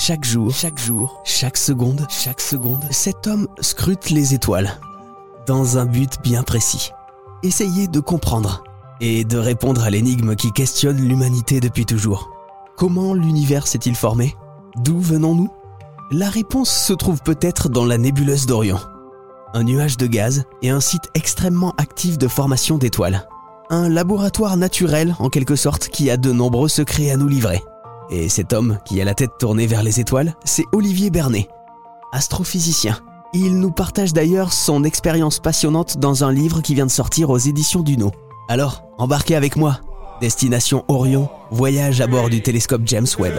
Chaque jour, chaque seconde, cet homme scrute les étoiles dans un but bien précis. Essayer de comprendre et de répondre à l'énigme qui questionne l'humanité depuis toujours. Comment l'univers s'est-il formé ? D'où venons-nous ? La réponse se trouve peut-être dans la nébuleuse d'Orion. Un nuage de gaz et un site extrêmement actif de formation d'étoiles. Un laboratoire naturel, en quelque sorte, qui a de nombreux secrets à nous livrer. Et cet homme qui a la tête tournée vers les étoiles, c'est Olivier Bernet, astrophysicien. Il nous partage d'ailleurs son expérience passionnante dans un livre qui vient de sortir aux éditions Duno. Alors, embarquez avec moi. Destination Orion, voyage à bord du télescope James Webb.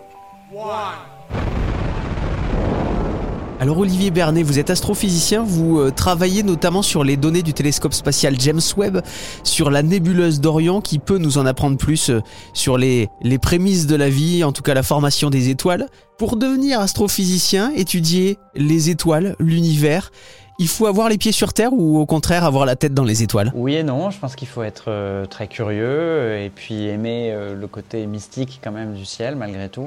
Alors Olivier Bernet, vous êtes astrophysicien, vous travaillez notamment sur les données du télescope spatial James Webb, sur la nébuleuse d'Orion qui peut nous en apprendre plus sur les prémices de la vie, en tout cas la formation des étoiles. Pour devenir astrophysicien, étudier les étoiles, l'univers, il faut avoir les pieds sur Terre ou au contraire avoir la tête dans les étoiles ? Oui et non, je pense qu'il faut être très curieux et puis aimer le côté mystique quand même du ciel malgré tout.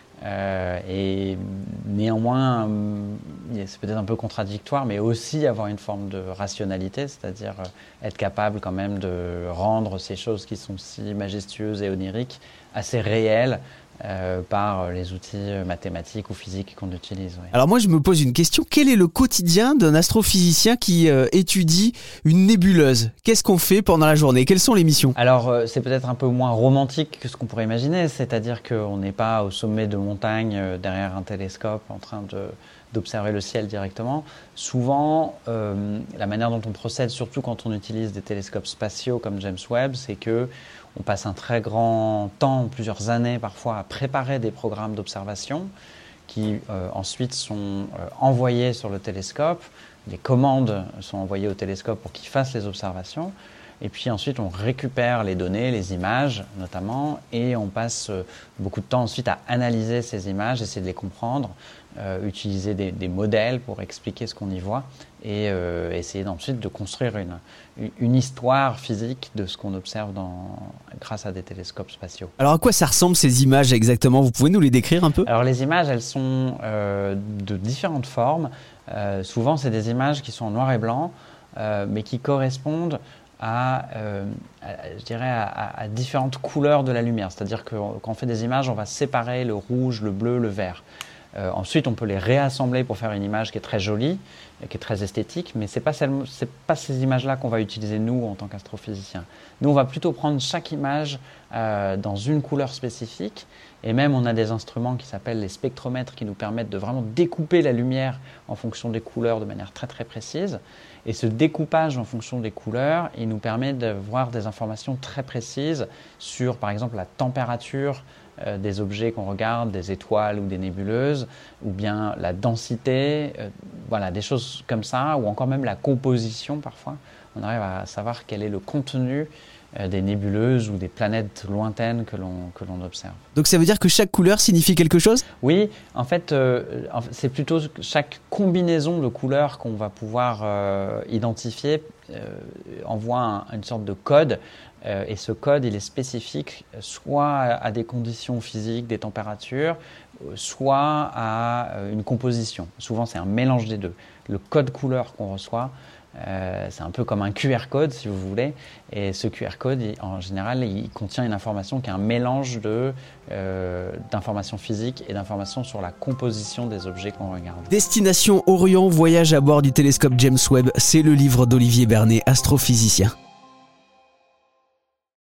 Et néanmoins, c'est peut-être un peu contradictoire, mais aussi avoir une forme de rationalité, c'est-à-dire être capable quand même de rendre ces choses qui sont si majestueuses et oniriques assez réelles par les outils mathématiques ou physiques qu'on utilise. Oui. Alors moi je me pose une question, quel est le quotidien d'un astrophysicien qui étudie une nébuleuse ? Qu'est-ce qu'on fait pendant la journée ? Quelles sont les missions ? Alors c'est peut-être un peu moins romantique que ce qu'on pourrait imaginer, c'est-à-dire qu'on n'est pas au sommet de montagne derrière un télescope en train d'observer le ciel directement. Souvent, la manière dont on procède, surtout quand on utilise des télescopes spatiaux comme James Webb, c'est que on passe un très grand temps, plusieurs années parfois, à préparer des programmes d'observation qui ensuite sont envoyés sur le télescope. Les commandes sont envoyées au télescope pour qu'il fasse les observations. Et puis ensuite, on récupère les données, les images notamment, et on passe beaucoup de temps ensuite à analyser ces images, essayer de les comprendre, utiliser des modèles pour expliquer ce qu'on y voit, et essayer ensuite de construire une histoire physique de ce qu'on observe grâce à des télescopes spatiaux. Alors à quoi ça ressemble ces images exactement ? Vous pouvez nous les décrire un peu ? Alors les images, elles sont de différentes formes. Souvent, c'est des images qui sont en noir et blanc, mais qui correspondent à différentes couleurs de la lumière. C'est-à-dire que quand on fait des images, on va séparer le rouge, le bleu, le vert. Ensuite, on peut les réassembler pour faire une image qui est très jolie, qui est très esthétique, mais ce n'est pas ces images-là qu'on va utiliser nous en tant qu'astrophysiciens. Nous, on va plutôt prendre chaque image dans une couleur spécifique, et même on a des instruments qui s'appellent les spectromètres qui nous permettent de vraiment découper la lumière en fonction des couleurs de manière très très précise. Et ce découpage en fonction des couleurs, il nous permet d'avoir des informations très précises sur, par exemple, la température des objets qu'on regarde, des étoiles ou des nébuleuses, ou bien la densité, voilà, des choses comme ça, ou encore même la composition parfois. On arrive à savoir quel est le contenu des nébuleuses ou des planètes lointaines que l'on observe. Donc ça veut dire que chaque couleur signifie quelque chose ? Oui, en fait, c'est plutôt chaque combinaison de couleurs qu'on va pouvoir identifier envoie une sorte de code, et ce code, il est spécifique soit à des conditions physiques, des températures, soit à une composition. Souvent, c'est un mélange des deux. Le code couleur qu'on reçoit, c'est un peu comme un QR code, si vous voulez. Et ce QR code, en général, il contient une information qui est un mélange d'informations physiques et d'informations sur la composition des objets qu'on regarde. Destination Orion, voyage à bord du télescope James Webb, c'est le livre d'Olivier Bernet, astrophysicien.